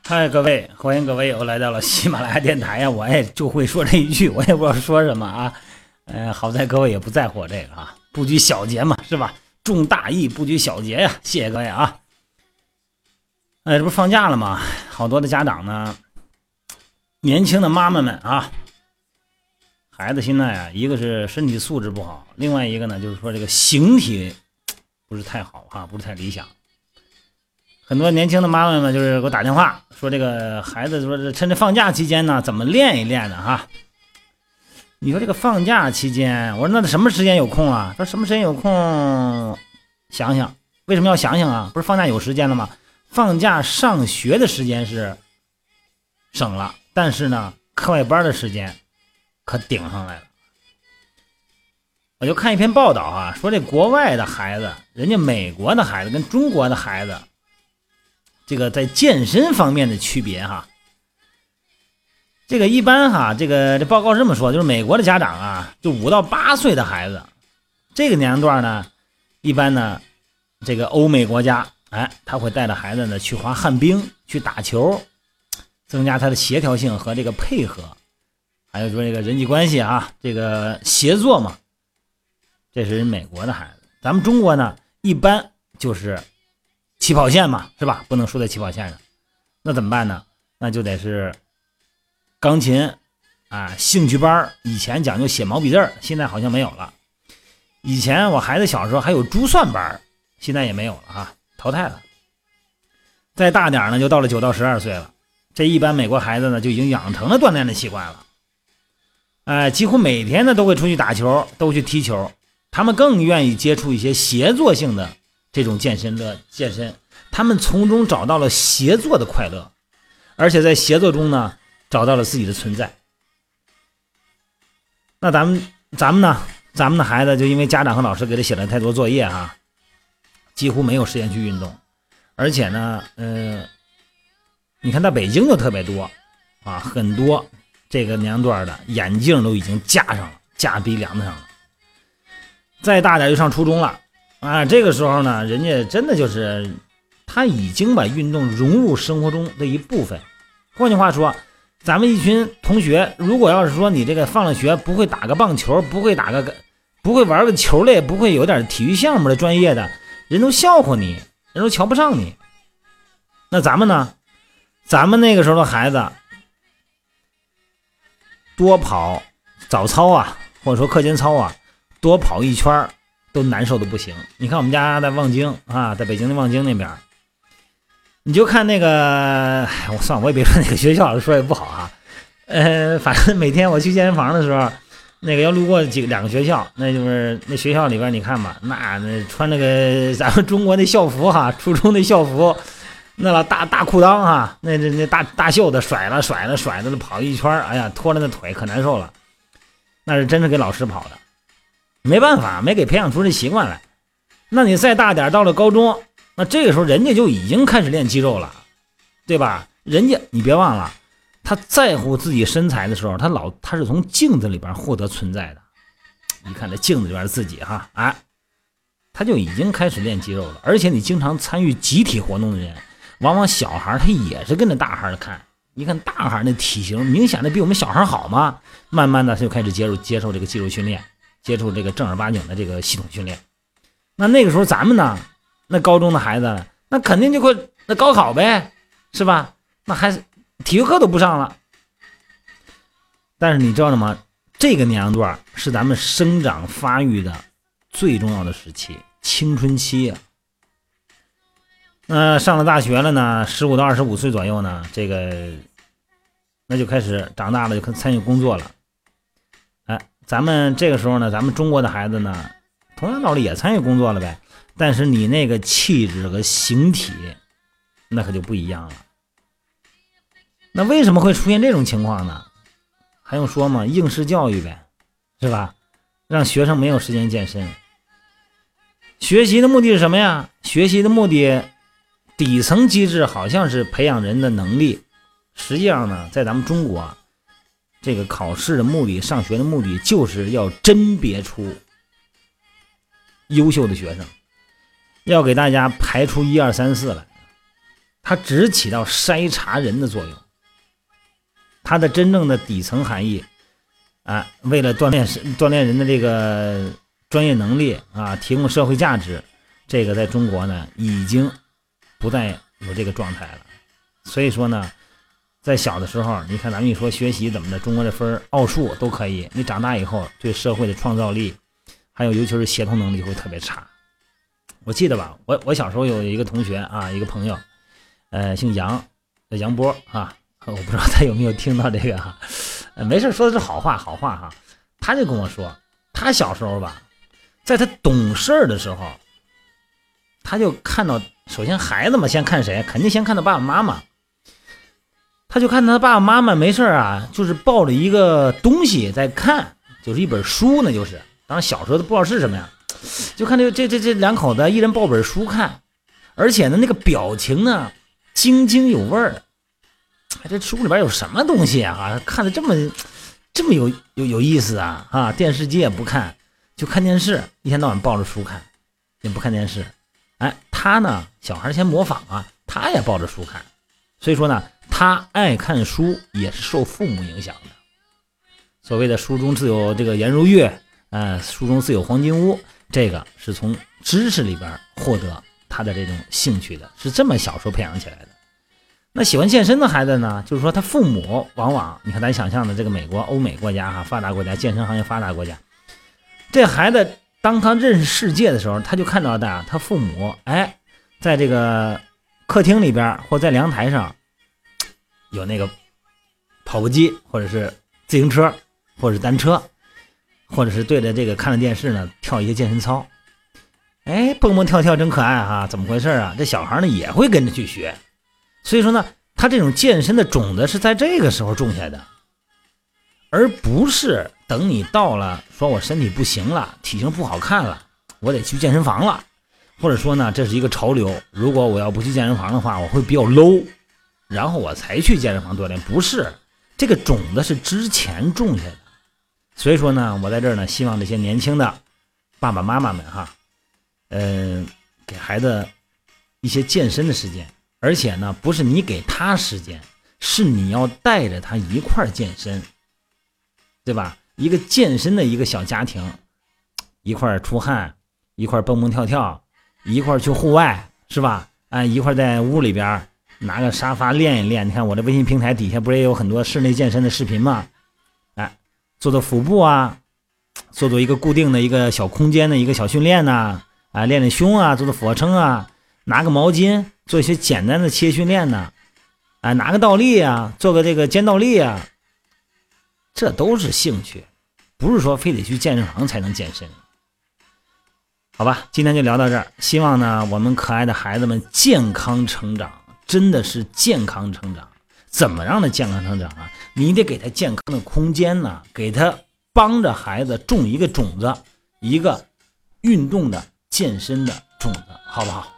嗨，各位，欢迎各位又来到了喜马拉雅电台呀！我也就会说这一句，我也不知道说什么啊。好在各位也不在乎我这个啊，不拘小节嘛，是吧？重大义不拘小节呀，谢谢各位啊。这不是放假了吗？好多的家长呢，年轻的妈妈们啊，孩子现在啊，一个是身体素质不好，另外一个呢，就是说这个形体不是太好哈，不是太理想。很多年轻的妈妈们就是给我打电话说，这个孩子说趁着放假期间呢，怎么练一练呢？哈，你说这个放假期间，我说那什么时间有空啊？他说什么时间有空？想想，为什么要想想啊？不是放假有时间了吗？放假上学的时间是省了，但是呢，课外班的时间可顶上来了。我就看一篇报道啊，说这国外的孩子，人家美国的孩子跟中国的孩子，这个在健身方面的区别哈，这个一般哈，这报告是这么说，就是美国的家长啊，就5到8岁的孩子，这个年龄段呢，一般呢，这个欧美国家，他会带着孩子呢去滑旱冰，去打球，增加他的协调性和这个配合，还有说这个人际关系啊，这个协作嘛，这是美国的孩子。咱们中国呢，一般就是起跑线嘛，是吧？不能输在起跑线上，那怎么办呢？那就得是钢琴啊，兴趣班，以前讲究写毛笔字，现在好像没有了。以前我孩子小时候还有珠算班，现在也没有了哈，淘汰了。再大点呢，就到了9到12岁了，这一般美国孩子呢就已经养成了锻炼的习惯了。几乎每天呢都会出去打球，都去踢球，他们更愿意接触一些协作性的这种健身，他们从中找到了协作的快乐，而且在协作中呢找到了自己的存在。那咱们呢，咱们的孩子就因为家长和老师给他写了太多作业哈，几乎没有时间去运动，而且呢，你看到北京就特别多啊，很多这个年龄段的眼镜都已经架上了，架鼻梁子上了。再大点就上初中了啊，这个时候呢，人家真的就是他已经把运动融入生活中的一部分。换句话说，咱们一群同学，如果要是说你这个放了学不会打个棒球，不会玩个球类，不会有点体育项目的专业的，人都笑话你，人都瞧不上你。那咱们呢？咱们那个时候的孩子多跑早操啊，或者说课间操啊，多跑一圈都难受的不行。你看我们家在望京啊，在北京的望京那边，你就看那个，算了，我也别说那个学校了，说也不好啊。反正每天我去健身房的时候，那个要路过2个学校，那就是那学校里边你看吧，那穿那个咱们中国的校服哈，初中的校服，那老大裤裆哈，那大袖子甩了跑一圈，哎呀，拖着那腿可难受了。那是真是给老师跑的，没办法，没给培养出这习惯来。那你再大点，到了高中，那这个时候人家就已经开始练肌肉了，对吧？人家你别忘了，他在乎自己身材的时候，他是从镜子里边获得存在的。你看这镜子里边自己哈，他就已经开始练肌肉了。而且你经常参与集体活动的人，往往小孩他也是跟着大孩看。你看大孩那体型明显的比我们小孩好嘛，慢慢的他就开始接受这个肌肉训练，接触这个正儿八经的这个系统训练。那个时候咱们呢，那高中的孩子那肯定就会那高考呗，是吧？那还是体育课都不上了。但是你知道吗？这个年龄段是咱们生长发育的最重要的时期，青春期呀。上了大学了呢，15到25岁左右呢，这个那就开始长大了，就参与工作了。咱们这个时候呢，咱们中国的孩子呢，同样道理也参与工作了呗，但是你那个气质和形体那可就不一样了。那为什么会出现这种情况呢？还用说吗？应试教育呗，是吧？让学生没有时间健身。学习的目的是什么呀？学习的目的底层机制好像是培养人的能力，实际上呢，在咱们中国这个考试的目的，上学的目的就是要甄别出优秀的学生，要给大家排出1、2、3、4来。 它只起到筛查人的作用。它的真正的底层含义啊，为了锻炼人的这个专业能力啊，提供社会价值，这个在中国呢已经不再有这个状态了。所以说呢，在小的时候，你看咱们一说学习怎么的，中国这分奥数都可以，你长大以后对社会的创造力，还有尤其是协同能力会特别差。我记得吧，我小时候有一个同学啊，一个朋友，姓杨，叫杨波啊，我不知道他有没有听到这个哈，没事，说的是好话哈。他就跟我说，他小时候吧，在他懂事的时候，他就看到，首先孩子嘛，先看谁？肯定先看到爸爸妈妈。他就看他爸爸妈妈没事啊，就是抱着一个东西在看，就是一本书呢，就是当然小时候都不知道是什么呀，就看这两口子一人抱本书看，而且呢那个表情呢津津有味儿。这书里边有什么东西啊？看着这么有意思啊！电视机也不看，就看电视，一天到晚抱着书看，也不看电视。他呢，小孩先模仿啊，他也抱着书看，所以说呢，他爱看书也是受父母影响的。所谓的书中自有这个颜如玉，书中自有黄金屋，这个是从知识里边获得他的这种兴趣的，是这么小时候培养起来的。那喜欢健身的孩子呢，就是说他父母往往，你看咱想象的这个美国、欧美国家发达国家，健身行业发达国家，这孩子当他认识世界的时候，他就看到的他父母在这个客厅里边或在阳台上有那个跑步机，或者是自行车，或者是单车，或者是对着这个看着电视呢跳一些健身操，蹦蹦跳跳真可爱哈，怎么回事啊？这小孩呢也会跟着去学。所以说呢，他这种健身的种子是在这个时候种下的，而不是等你到了说我身体不行了，体型不好看了，我得去健身房了，或者说呢这是一个潮流，如果我要不去健身房的话我会比较 low， 然后我才去健身房锻炼。不是，这个种子是之前种下的。所以说呢，我在这儿呢希望这些年轻的爸爸妈妈们给孩子一些健身的时间，而且呢不是你给他时间，是你要带着他一块儿健身，对吧？一个健身的一个小家庭，一块儿出汗，一块儿蹦蹦跳跳，一块儿去户外，是吧？一块儿在屋里边拿个沙发练一练。你看我的微信平台底下不是也有很多室内健身的视频吗？做做腹部啊，做一个固定的一个小空间的一个小训练呐，练练胸啊，做做俯卧撑啊，拿个毛巾做一些简单的器械训练呢，拿个倒立啊，做个这个肩倒立啊，这都是兴趣，不是说非得去健身房才能健身。好吧，今天就聊到这儿，希望呢我们可爱的孩子们健康成长，真的是健康成长。怎么让他健康成长啊？你得给他健康的空间呢，给他帮着孩子种一个种子，一个运动的健身的种子，好不好？